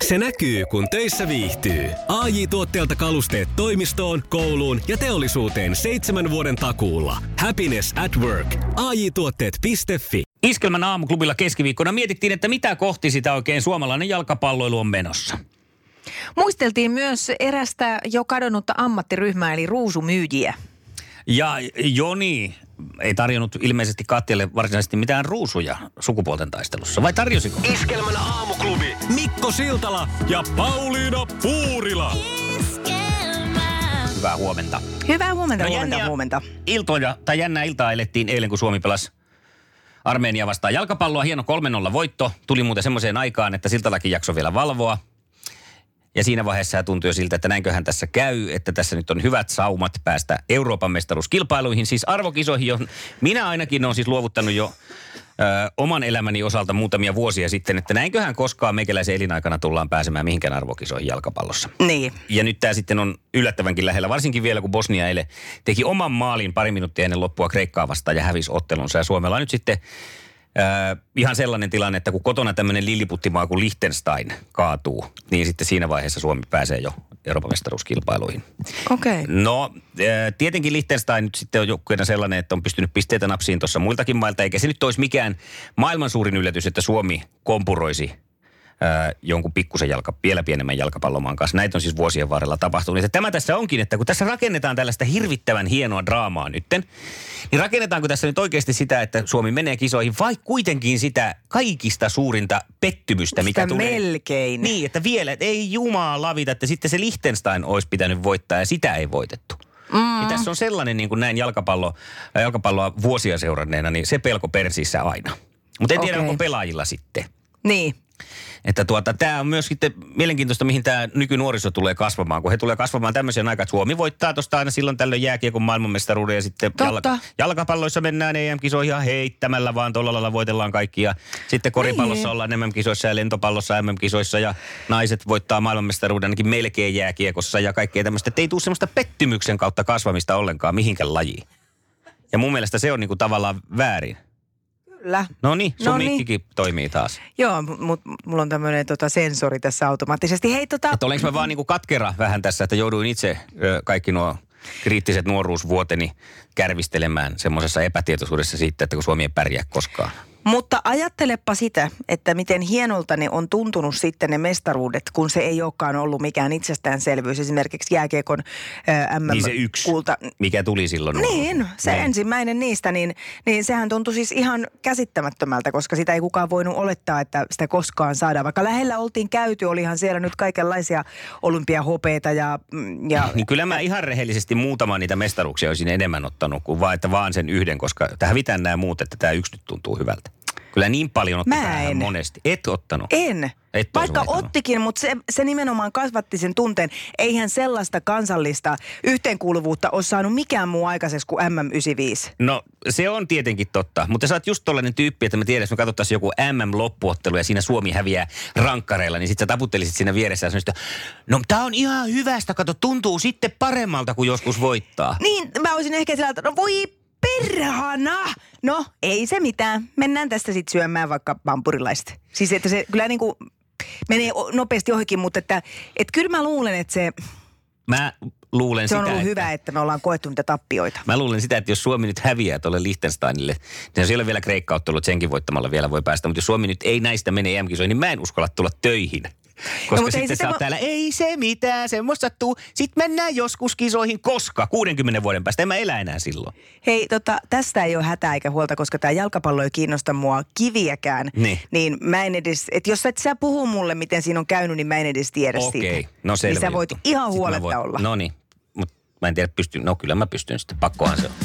Se näkyy, kun töissä viihtyy. AJ Tuotteelta kalusteet toimistoon, kouluun ja teollisuuteen 7 vuoden takuulla. Happiness at work. AJ-tuotteet.fi. Iskelmän aamuklubilla keskiviikkona mietittiin, että mitä kohti sitä oikein suomalainen jalkapalloilu on menossa. Muisteltiin myös erästä jo kadonnutta ammattiryhmää, eli ruusumyyjiä. Ja Joni ei tarjonnut ilmeisesti Katjalle varsinaisesti mitään ruusuja sukupuolten taistelussa, vai tarjosiko? Iskelmän aamuklubi. Mikko Siltala ja Pauliina Puurila. Hyvää huomenta. Hyvää huomenta, huomenta. Jännää iltaa elettiin eilen, kun Suomi pelasi Armenia vastaan jalkapalloa. Hieno 3-0 voitto. Tuli muuten semmoiseen aikaan, että Siltalakin jakso vielä valvoa. Ja siinä vaiheessa tuntui jo siltä, että näinköhän tässä käy, että tässä nyt on hyvät saumat päästä Euroopan mestaruuskilpailuihin, siis arvokisoihin, johon minä ainakin olen siis luovuttanut jo oman elämäni osalta muutamia vuosia sitten, että näinköhän koskaan meikäläisen elinaikana tullaan pääsemään mihinkään arvokisoihin jalkapallossa. Niin. Ja nyt tämä sitten on yllättävänkin lähellä, varsinkin vielä kun Bosnia eilen teki oman maalin pari minuuttia ennen loppua Kreikkaa vastaan ja hävisi ottelunsa. Ja Suomella on nyt sitten ihan sellainen tilanne, että kun kotona tämmöinen lilliputtimaa kuin Liechtenstein kaatuu, niin sitten siinä vaiheessa Suomi pääsee jo Euroopan mestaruuskilpailuihin. Okei. No, tietenkin Liechtenstein nyt sitten on joukkueena sellainen, että on pystynyt pisteitä napsiin tuossa muiltakin mailta, eikä se nyt olisi mikään maailman suurin yllätys, että Suomi kompuroisi jonkun pikkusen vielä pienemmän jalkapallomaan kanssa. Näitä on siis vuosien varrella tapahtunut. Ja tämä tässä onkin, että kun tässä rakennetaan tällaista hirvittävän hienoa draamaa nytten, niin rakennetaanko tässä nyt oikeasti sitä, että Suomi menee kisoihin, vai kuitenkin sitä kaikista suurinta pettymystä, mikä sitä tulee? Melkein. Niin, että vielä, että ei jumalavita, että sitten se Liechtenstein olisi pitänyt voittaa ja sitä ei voitettu. Ja tässä on sellainen, niin kuin näin jalkapalloa vuosia seuranneena, niin se pelko persiissä aina. Mutta en tiedä, onko pelaajilla sitten. Niin. Että tämä on myös sitten mielenkiintoista, mihin tämä nykynuoriso tulee kasvamaan, kun he tulee kasvamaan tämmöiseen aikaan, että Suomi voittaa tuosta aina silloin tällöin jääkiekon maailmanmestaruuden ja sitten jalkapalloissa mennään EM-kisoihin ihan heittämällä, vaan tuolla lailla voitellaan kaikki ja sitten koripallossa ollaan MM-kisoissa ja lentopallossa MM-kisoissa ja naiset voittaa maailmanmestaruuden ainakin melkein jääkiekossa ja kaikkea tämmöistä, että ei tule semmoista pettymyksen kautta kasvamista ollenkaan mihinkään lajiin. Ja mun mielestä se on niinku tavallaan väärin. Kyllä. No niin, sun mikkikin toimii taas. Joo, mutta mulla on tämmöinen sensori tässä automaattisesti. Hei Että olenko mä vaan niinku katkera vähän tässä, että jouduin itse kaikki nuo kriittiset nuoruusvuoteni kärvistelemään semmoisessa epätietoisuudessa siitä, että kun Suomi ei pärjää koskaan. Mutta ajattelepa sitä, että miten hienolta ne on tuntunut sitten ne mestaruudet, kun se ei olekaan ollut mikään itsestäänselvyys. Esimerkiksi jääkiekon MM-kulta. Niin se yksi, mikä tuli silloin. Niin, se ensimmäinen niistä, niin sehän tuntui siis ihan käsittämättömältä, koska sitä ei kukaan voinut olettaa, että sitä koskaan saadaan. Vaikka lähellä oltiin käyty, olihan siellä nyt kaikenlaisia olympiahopeita ja niin kyllä mä ihan rehellisesti muutaman niitä mestaruuksia olisin enemmän ottanut kuin vaan sen yhden, koska hävitään nämä muut, että tämä yksi nyt tuntuu hyvältä. Kyllä niin paljon otti tähän monesti. Et ottanut. En. Vaikka ottikin, mutta se nimenomaan kasvatti sen tunteen. Eihän sellaista kansallista yhteenkuuluvuutta ole saanut mikään muu aikaiseksi kuin MM95. No se on tietenkin totta, mutta sä oot just tollainen tyyppi, että mä tiedän, jos me katsottaisiin joku MM-loppuottelu ja siinä Suomi häviää rankkareilla, niin sit sä taputtelisit siinä vieressä ja sanoisit, no tää on ihan hyvästä, kato, tuntuu sitten paremmalta kuin joskus voittaa. Niin, mä olisin ehkä sillä, että no voi perhana! No, ei se mitään. Mennään tästä sitten syömään vaikka pampurilaista. Siis että se kyllä niinku menee nopeasti ohikin, mutta että kyllä mä luulen, että se on ollut hyvä, että me ollaan koettu niitä tappioita. Mä luulen sitä, että jos Suomi nyt häviää tuolle Liechtensteinille, niin siellä on vielä Kreikka-ottelu, että senkin voittamalla vielä voi päästä. Mutta jos Suomi nyt ei näistä mene EM-kisoihin, niin mä en uskalla tulla töihin. Koska sitten sä oot täällä, ei se mitään, semmoista sattuu. Sitten mennään joskus kisoihin, koska 60 vuoden päästä en mä elä enää silloin. Hei, tästä ei ole hätää eikä huolta, koska tämä jalkapallo ei kiinnosta mua kiviäkään. Niin mä en edes, että jos et sä puhu mulle, miten siinä on käynyt, niin mä en edes tiedä siitä. Okei, no selvä. Niin sä voit ihan huoletta olla. No niin, mutta mä en tiedä, kyllä mä pystyn sitten, pakkohan se on.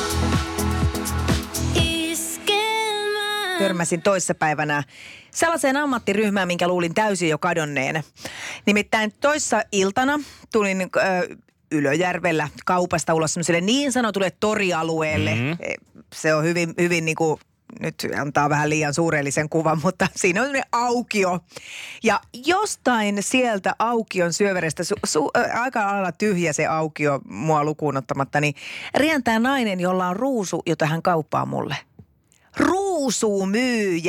Törmäsin toissapäivänä sellaiseen ammattiryhmään, minkä luulin täysin jo kadonneen. Nimittäin toissa iltana tulin Ylöjärvellä kaupasta ulos semmoiselle niin sanotulle torialueelle. Mm-hmm. Se on hyvin niin kuin, nyt antaa vähän liian suurellisen kuvan, mutta siinä on semmoinen aukio. Ja jostain sieltä aukion syöverestä, aika lailla tyhjä se aukio mua lukuun ottamatta, niin rientää nainen, jolla on ruusu, jota hän kauppaa mulle. Ruusumyyjä.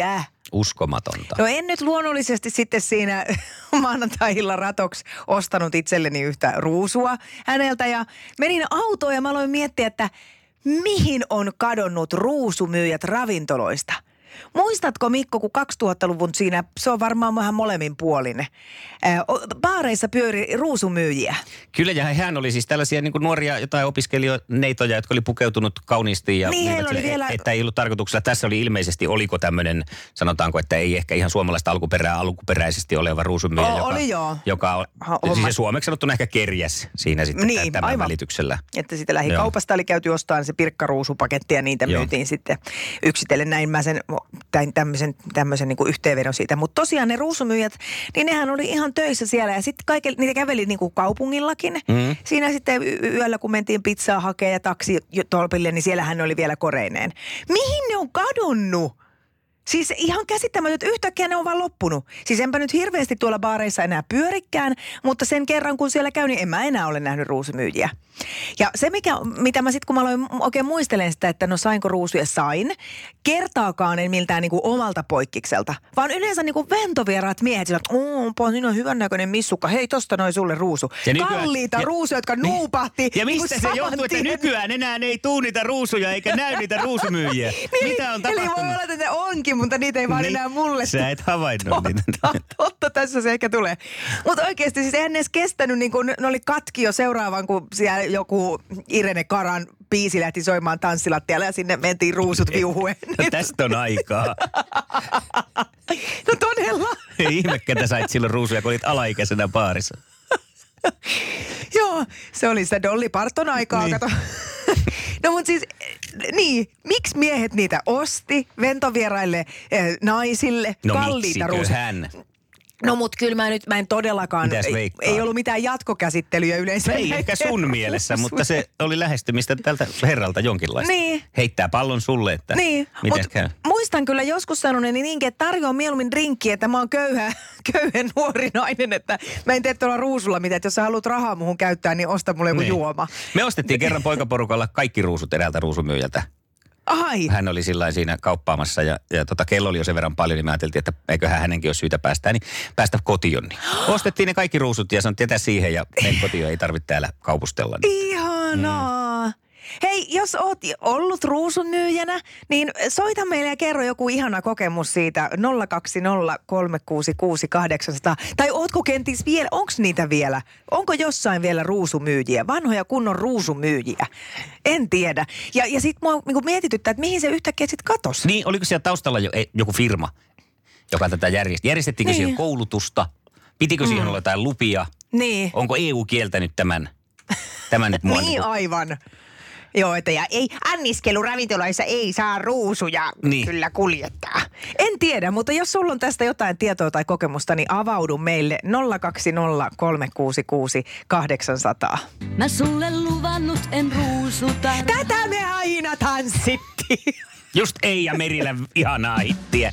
Uskomatonta. No en nyt luonnollisesti sitten siinä maanantai-illan ratoksi ostanut itselleni yhtä ruusua häneltä ja menin autoon ja mä aloin miettiä, että mihin on kadonnut ruusumyyjät ravintoloista? Muistatko Mikko, kun 2000-luvun siinä, se on varmaan vähän molemminpuolinen, baareissa pyöri ruusumyyjiä? Kyllä, ja hän oli siis tällaisia niin kuin nuoria jotain opiskelijoita, jotka oli pukeutunut kauniisti. Ja niin, heillä oli vielä... Että ei ollut tarkoituksella. Tässä oli ilmeisesti, oliko tämmöinen, sanotaanko, että ei ehkä ihan suomalaista alkuperäisesti oleva ruusumyyjä, joka siis suomeksi sanottuna ehkä kerjäs siinä sitten niin, tämän aivan. Välityksellä. Että sitten lähikaupasta oli käyty ostamaan se pirkkaruusupaketti ja niitä myytiin sitten yksitellen. Näin mä sen tämmöisen niin kuin yhteenvedon siitä. Mutta tosiaan ne ruusumyyjät, niin nehän oli ihan töissä siellä ja sitten niitä käveli niin kuin kaupungillakin. Siinä sitten yöllä, kun mentiin pizzaa hakemaan ja taksitolpille, niin siellähän oli vielä koreineen. Mihin ne on kadonnut? Siis ihan käsittämätöntä, että yhtäkkiä ne on vaan loppunut. Siis enpä nyt hirveästi tuolla baareissa enää pyörikkään, mutta sen kerran kun siellä käy, niin en mä enää ole nähnyt ruusumyyjiä. Ja se, mitä mä sitten, kun mä aloin oikein muistelen sitä, että no sainko ruusuja, sain. Kertaakaan en miltään niinku omalta poikkikselta, vaan yleensä niinku ventovieraat miehet sillä, että onpa siinä on hyvännäköinen missukka, hei tosta noin sulle ruusu. Kalliita ruusuja, jotka nuupahti. Ja mistä se johtuu, että nykyään enää ei tuu niitä ruusuja eikä näy niitä ruusumyyjiä? Mitä on tapahtunut? Eli voi olla, että ne onkin, mutta niitä ei vaan enää mulle. Sä et havainnut niitä. Totta, tässä se ehkä tulee. Mutta oikeasti siis eihän ne edes kestänyt, niin kun ne oli katki jo seuraavan, kun siellä joku Irene Karan biisi lähti soimaan tanssilattialle ja sinne mentiin ruusut viuhuen. No tästä on aikaa. No todella. Ei ihmekään, sait silloin ruusuja, kun olit alaikäisenä baarissa. Joo, se oli sitä Dolly Parton aikaa, niin. Kato. No mutta siis, niin, miksi miehet niitä osti ventovieraille naisille kalliita ruusuja? Hän? No mut kyllä mä en todellakaan, ei ollut mitään jatkokäsittelyä yleensä. Ei ehkä sun mielessä, mutta se oli lähestymistä tältä herralta jonkinlaista. Niin. Heittää pallon sulle, että niin. Miten käy. Muistan kyllä joskus sanoneeni niinkin, että tarjoan mieluummin drinkkiä, että mä oon köyhä nuori nainen, että mä en tee tuolla ruusulla mitään, että jos sä haluat rahaa muhun käyttää, niin osta mulle joku juoma. Me ostettiin kerran poikaporukalla kaikki ruusut eräältä ruusumyyjältä. Ai. Hän oli sillain siinä kauppaamassa ja kello oli jo sen verran paljon, niin me ajateltiin, että eiköhän hänenkin ole syytä päästä kotiin. Niin. Ostettiin ne kaikki ruusut ja sanottiin, että siihen ja mene kotiin, ei tarvitse täällä kaupustella. Niin. Ihanaa. Hei, jos oot ollut ruusunmyyjänä, niin soita meille ja kerro joku ihana kokemus siitä 020366800. Tai ootko kenties vielä, onks niitä vielä? Onko jossain vielä ruusumyyjiä? Vanhoja kunnon ruusumyyjiä? En tiedä. Ja sit mua niin mietityttää, että mihin se yhtäkkiä sit katosi. Niin, oliko siellä taustalla joku firma, joka tätä järjesti? Järjestettiinkö siihen koulutusta? Pitikö siihen olla jotain lupia? Niin. Onko EU kieltänyt tämän nyt mua? Niin aivan. Joo, että ei anniskeluravintoloissa ei saa ruusuja kyllä kuljettaa. En tiedä, mutta jos sulla on tästä jotain tietoa tai kokemusta, niin avaudu meille 020366800. Mä sulle luvannut en ruusuta. Tätä me aina tanssittiin. Just Eija Merilä ihanaa hittiä.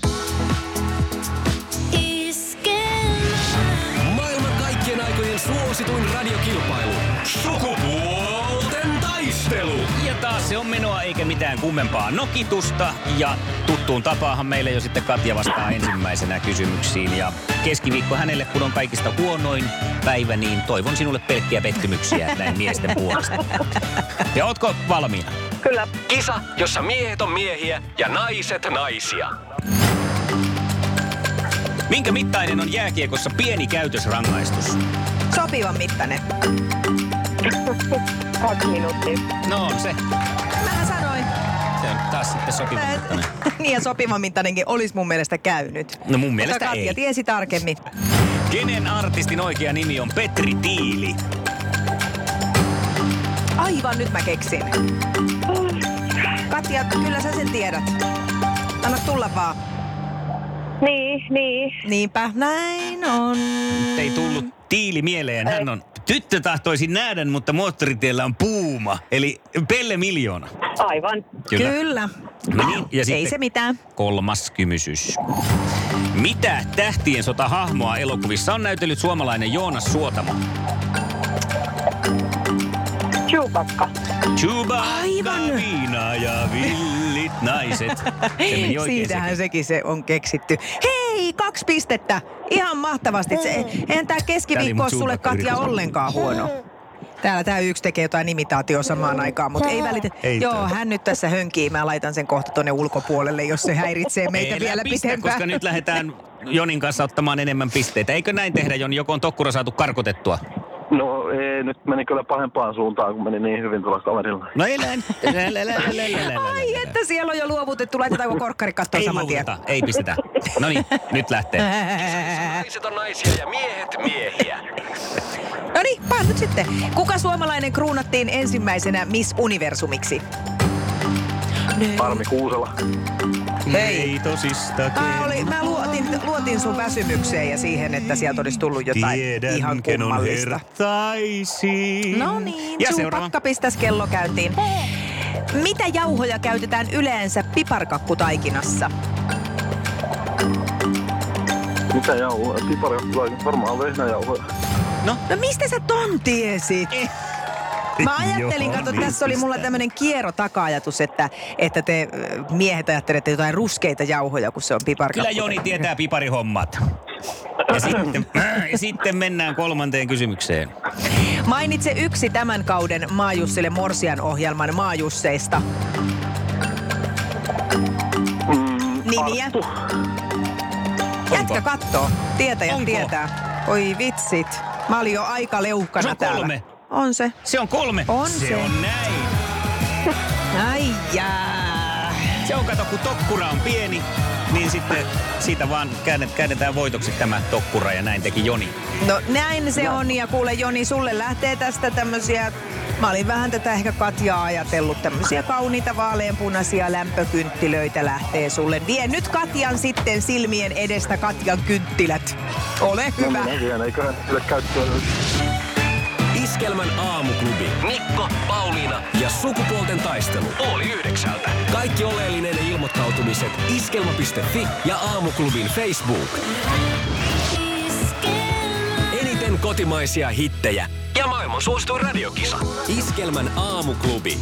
Maailman kaikkien aikojen suosituin radiokilpailu. Sukupuolten taistelu. Ja taas se on menoa eikä mitään kummempaa nokitusta. Ja tuttuun tapaahan meille jo sitten Katja vastaa ensimmäisenä kysymyksiin. Ja keskiviikko hänelle, kun on kaikista huonoin päivä, niin toivon sinulle pelkkiä pettymyksiä näin miesten puolesta. Ja ootko valmiina? Kyllä. Kisa, jossa miehet on miehiä ja naiset naisia. Minkä mittainen on jääkiekossa pieni käytösrangaistus? Sopivan mittainen. 2 minuuttia. No on se. Mähän sanoin. Se on taas sitten sopivan mittainen. Niin ja sopivan mittainenkin olisi mun mielestä käynyt. No mun mielestä Katja ei. Katja tiesi tarkemmin. Kenen artistin oikea nimi on Petri Tiili? Aivan nyt mä keksin. Katja, kyllä sä sen tiedät. Anna tulla vaan. Niin. Niinpä, näin on. Ei tullut Tiili mieleen. Hän on tyttö tahtoisin nähdä, mutta moottoritiellä on Puuma. Eli Pelle Miljoona. Aivan. Kyllä. No niin, ja ei se mitään. Kolmas kysymys. Mitä Tähtien sota-hahmoa elokuvissa on näytellyt suomalainen Joonas Suotamo? Chewbacca. Chewbacca, Viina ja Villi. Kauniit naiset. Se meni oikein Siitähän sekin se on keksitty. Hei, 2 pistettä. Ihan mahtavasti. Eihän tää keskiviikko ole sulle, Katja, ollenkaan huono. Täällä tää yksi tekee jotain imitaatioa samaan aikaan, mutta ei välitä. Joo, hän nyt tässä hönkii. Mä laitan sen kohta tonne ulkopuolelle, jos se häiritsee meitä vielä pitempään. Koska nyt lähdetään Jonin kanssa ottamaan enemmän pisteitä. Eikö näin tehdä, Joni? Joko on tokkura saatu karkotettua? No ei, nyt meni kyllä pahempaan suuntaan, kun meni niin hyvin tuolla kaverilla. No Ai, että siellä on jo luovutettu. Laitetaanko korkkari kattoon saman tien? Ei pistetä. No niin, nyt lähtee. Naiset on naisia ja miehet miehiä. No niin, vaan nyt sitten. Kuka suomalainen kruunattiin ensimmäisenä Miss Universumiksi? Armi Kuusela. Hei tosistakin. Mä luotin sun väsymykseen ja siihen, että sieltä olisi tullut jotain ihan kummallista. No niin, sun pakka pistäs kello käyntiin. Mitä jauhoja käytetään yleensä piparkakkutaikinassa? Mitä jauhoja? Piparkakkutaikinassa varmaan vehnäjauhoja. No mistä sä ton tiesit? Mä ajattelin, tässä oli mulla tämmönen kierro-taka-ajatus, että te miehet ajattelette jotain ruskeita jauhoja, kun se on piparkakku. Kyllä Joni tietää piparihommat. Ja sitten mennään 3. kysymykseen. Mainitse yksi tämän kauden Maajussille Morsian ohjelman maajusseista. Nimiä. Jätkä kattoo. Tietäjät tietää. Oi vitsit. Mä olin jo aika leuhkana täällä. 3. On se. Se on 3. On se on näin. Ai jää. Se on, kato, kun tokkura on pieni, niin sitten siitä vaan käännetään voitoksi tämä tokkura ja näin teki Joni. No näin se on ja kuule Joni, sulle lähtee tästä tämmösiä, mä olin vähän tätä ehkä Katjaa ajatellut, tämmösiä kauniita vaaleanpunaisia lämpökynttilöitä lähtee sulle. Vie nyt Katjan sitten silmien edestä Katjan kynttilät. Ole hyvä. No minä vien, eiköhän sille käyttöön. Iskelmän aamuklubi. Mikko, Pauliina ja sukupuolten taistelu. 8:30. Kaikki oleellinen ilmoittautumiset iskelma.fi ja aamuklubin Facebook. Eniten kotimaisia hittejä ja maailman suosituin radiokisa. Iskelmän aamuklubi.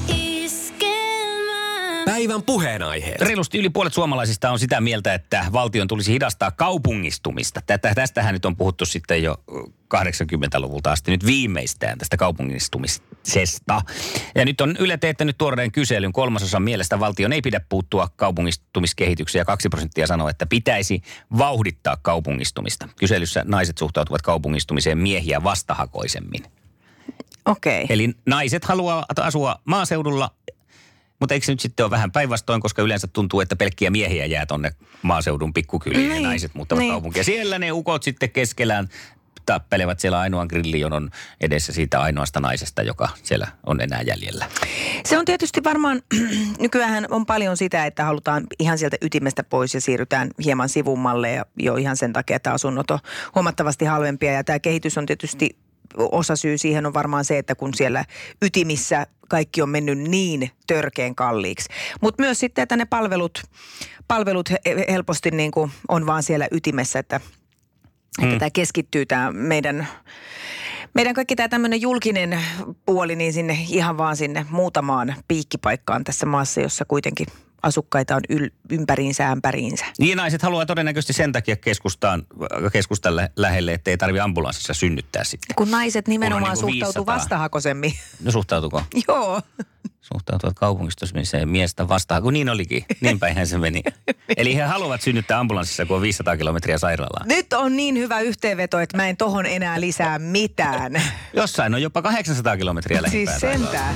Päivän puheenaiheet. Reilusti yli puolet suomalaisista on sitä mieltä, että valtion tulisi hidastaa kaupungistumista. Tästähän nyt on puhuttu sitten jo 80-luvulta asti nyt viimeistään tästä kaupungistumisesta. Ja nyt on Yle teettänyt tuoreen kyselyn. 3/3 mielestä valtion ei pidä puuttua kaupungistumiskehitykseen ja 2% sanoo, että pitäisi vauhdittaa kaupungistumista. Kyselyssä naiset suhtautuvat kaupungistumiseen miehiä vastahakoisemmin. Okei. Eli naiset haluaa asua maaseudulla. Mutta eikö se nyt sitten ole vähän päinvastoin, koska yleensä tuntuu, että pelkkiä miehiä jää tonne maaseudun pikkukyliin ja naiset muuttavat kaupunkia. Siellä ne ukot sitten keskellään tappelevat siellä ainoan grillijonon edessä siitä ainoasta naisesta, joka siellä on enää jäljellä. Se on tietysti varmaan, nykyään on paljon sitä, että halutaan ihan sieltä ytimestä pois ja siirrytään hieman sivummalle ja jo ihan sen takia, että asunnot on huomattavasti halvempia ja tämä kehitys on tietysti osa syy siihen on varmaan se, että kun siellä ytimissä kaikki on mennyt niin törkeän kalliiksi. Mutta myös sitten, että ne palvelut helposti niin kuin on vaan siellä ytimessä, että tämä keskittyy tämä meidän kaikki tämä tämmöinen julkinen puoli niin sinne ihan vaan sinne muutamaan piikkipaikkaan tässä maassa, jossa kuitenkin asukkaita on ympäriinsä ämpäriinsä. Niin naiset haluaa todennäköisesti sen takia keskustan lähelle, ettei tarvitse ambulanssissa synnyttää sitten. Kun naiset nimenomaan suhtautuu vastahakoisemmin. No suhtautuko? Joo. Suhtautuvat kaupungistumiseen miestä vastaan, kun niin olikin. Niin päinhän se meni. Eli he haluavat synnyttää ambulanssissa, kun on 500 kilometriä sairaalaan. Nyt on niin hyvä yhteenveto, että mä en tohon enää lisää mitään. Jossain on jopa 800 kilometriä lähimpää. Siis sentään.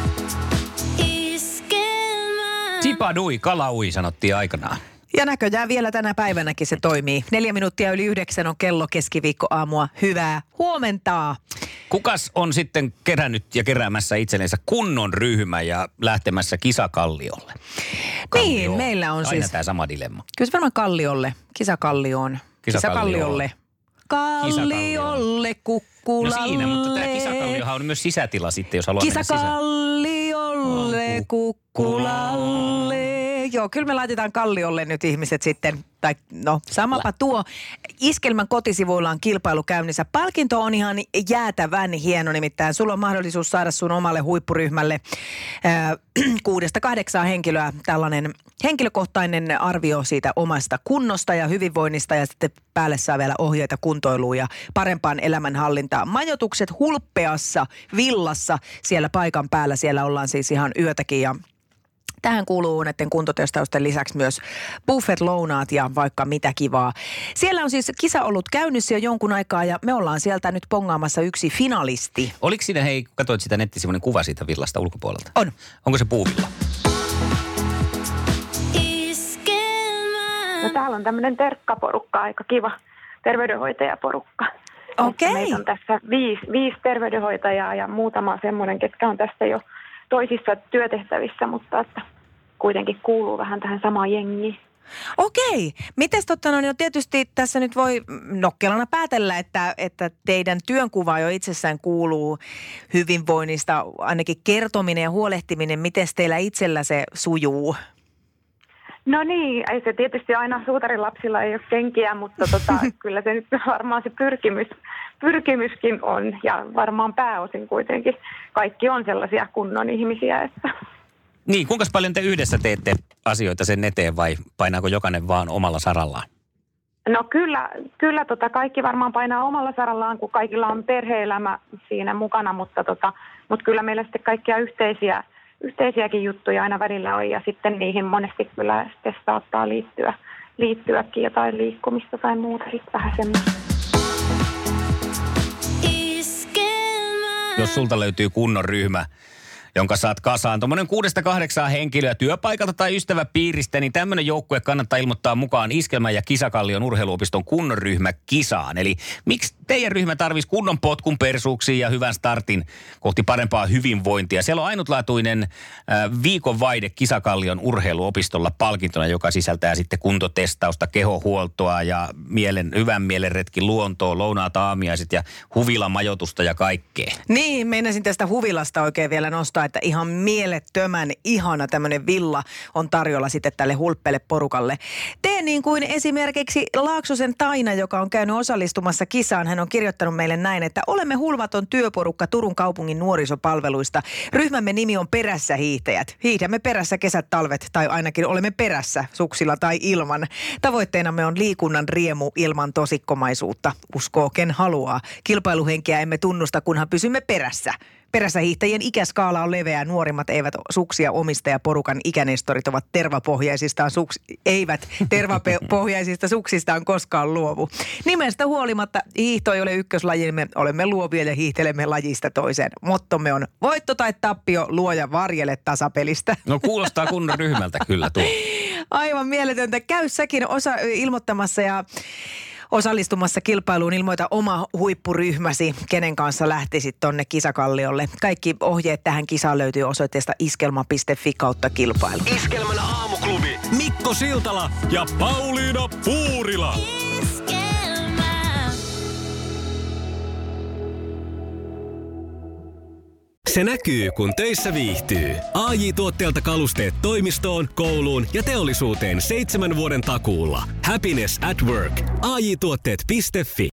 Sipadui, kalaui sanottiin aikanaan. Ja näköjään vielä tänä päivänäkin se toimii. 8:04 on kello keskiviikkoaamua. Hyvää huomentaa. Kukas on sitten kerännyt ja keräämässä itsellensä kunnon ryhmä ja lähtemässä kisakalliolle? Niin, meillä on aina siis tämä sama dilemma. Kyllä se varmaan Kalliolle. Kisakallioon. Kisakalliolle. Kalliolle, Kukkulalle. No siinä, mutta tämä kisakalliohan on myös sisätila sitten, jos haluaa mennä sisään. Kisakalliolle, Kukkulalle. Joo, kyllä me laitetaan Kalliolle nyt ihmiset sitten, tai no samapa tuo. Iskelmän kotisivuilla on kilpailu käynnissä. Palkinto on ihan jäätävän hieno, nimittäin sulla on mahdollisuus saada sun omalle huippuryhmälle 6-8 henkilöä tällainen henkilökohtainen arvio siitä omasta kunnosta ja hyvinvoinnista ja sitten päälle saa vielä ohjeita kuntoiluun ja parempaan elämänhallintaan. Majoitukset hulppeassa villassa siellä paikan päällä, siellä ollaan siis ihan yötäkin ja tähän kuuluu näiden kuntotestausten lisäksi myös buffet-lounaat ja vaikka mitä kivaa. Siellä on siis kisa ollut käynnissä jo jonkun aikaa ja me ollaan sieltä nyt pongaamassa yksi finalisti. Oliko siinä, hei, katsoit sitä nettisivuinen kuva siitä villasta ulkopuolelta? On. Onko se puuvilla? No täällä on tämmöinen terkkaporukka, aika kiva terveydenhoitajaporukka. Okei. Meitä on tässä viisi terveydenhoitajaa ja muutama semmoinen, ketkä on tässä jo toisissa työtehtävissä, mutta että kuitenkin kuuluu vähän tähän samaan jengiin. Okei. Mites no tietysti tässä nyt voi nokkelana päätellä, että teidän työnkuva jo itsessään kuuluu hyvinvoinnista, ainakin kertominen ja huolehtiminen. Miten teillä itsellä se sujuu? No niin, ei se tietysti aina suutarin lapsilla ei ole kenkiä, mutta kyllä se nyt varmaan se pyrkimyskin on ja varmaan pääosin kuitenkin kaikki on sellaisia kunnon ihmisiä, että... Niin, kuinka paljon te yhdessä teette asioita sen eteen vai painaako jokainen vaan omalla sarallaan? No kyllä kaikki varmaan painaa omalla sarallaan, kun kaikilla on perhe-elämä siinä mukana, mutta kyllä meillä sitten kaikkia yhteisiäkin juttuja aina välillä on ja sitten niihin monesti kyllä sitten saattaa liittyäkin jotain liikkumista tai muuta sitten vähän semmoista. Jos sulta löytyy kunnon ryhmä, jonka saat kasaan tuommoinen 6-8 henkilöä työpaikalta tai ystäväpiiristä, niin tämmöinen joukkue kannattaa ilmoittaa mukaan Iskelmän ja Kisakallion urheiluopiston kunnon ryhmä kisaan. Eli miksi teidän ryhmä tarvitsisi kunnon potkun persuuksia ja hyvän startin kohti parempaa hyvinvointia? Siellä on ainutlaatuinen viikonvaihde Kisakallion urheiluopistolla palkintona, joka sisältää sitten kuntotestausta, kehohuoltoa ja hyvän mielenretki luontoon, lounaat, aamiaiset ja huvilamajoitusta ja kaikkea. Niin, meinasin tästä huvilasta oikein vielä nostaa, että ihan mielettömän ihana tämmöinen villa on tarjolla sitten tälle hulppeelle porukalle. Tee niin kuin esimerkiksi Laaksosen Taina, joka on käynyt osallistumassa kisaan. Hän on kirjoittanut meille näin, että olemme hulvaton työporukka Turun kaupungin nuorisopalveluista. Ryhmämme nimi on Perässä hiihtäjät. Hiihdämme perässä kesät, talvet tai ainakin olemme perässä suksilla tai ilman. Tavoitteenamme on liikunnan riemu ilman tosikkomaisuutta. Uskoo ken haluaa. Kilpailuhenkeä emme tunnusta, kunhan pysymme perässä. Perässä hiihtäjien ikäskaala on leveä. Nuorimmat eivät suksia omista ja porukan ikänestorit ovat tervapohjaisista suksistaan koskaan luovu. Nimestä huolimatta hiihto ei ole ykköslajimme. Olemme luovia ja hiihtelemme lajista toiseen. Mottomme on voitto tai tappio, luoja varjele tasapelistä. No kuulostaa kunnon ryhmältä kyllä tuo. Aivan mieletöntä. Käy säkin ilmoittamassa ja osallistumassa kilpailuun, ilmoita oma huippuryhmäsi, kenen kanssa lähtisit tonne Kisakalliolle. Kaikki ohjeet tähän kisaan löytyy osoitteesta iskelma.fi/kilpailu. Iskelmän aamuklubi Mikko Siltala ja Pauliina Puurila. Se näkyy, kun töissä viihtyy. AJ-tuotteelta kalusteet toimistoon, kouluun ja teollisuuteen 7 vuoden takuulla. Happiness at work. AJ-tuotteet.fi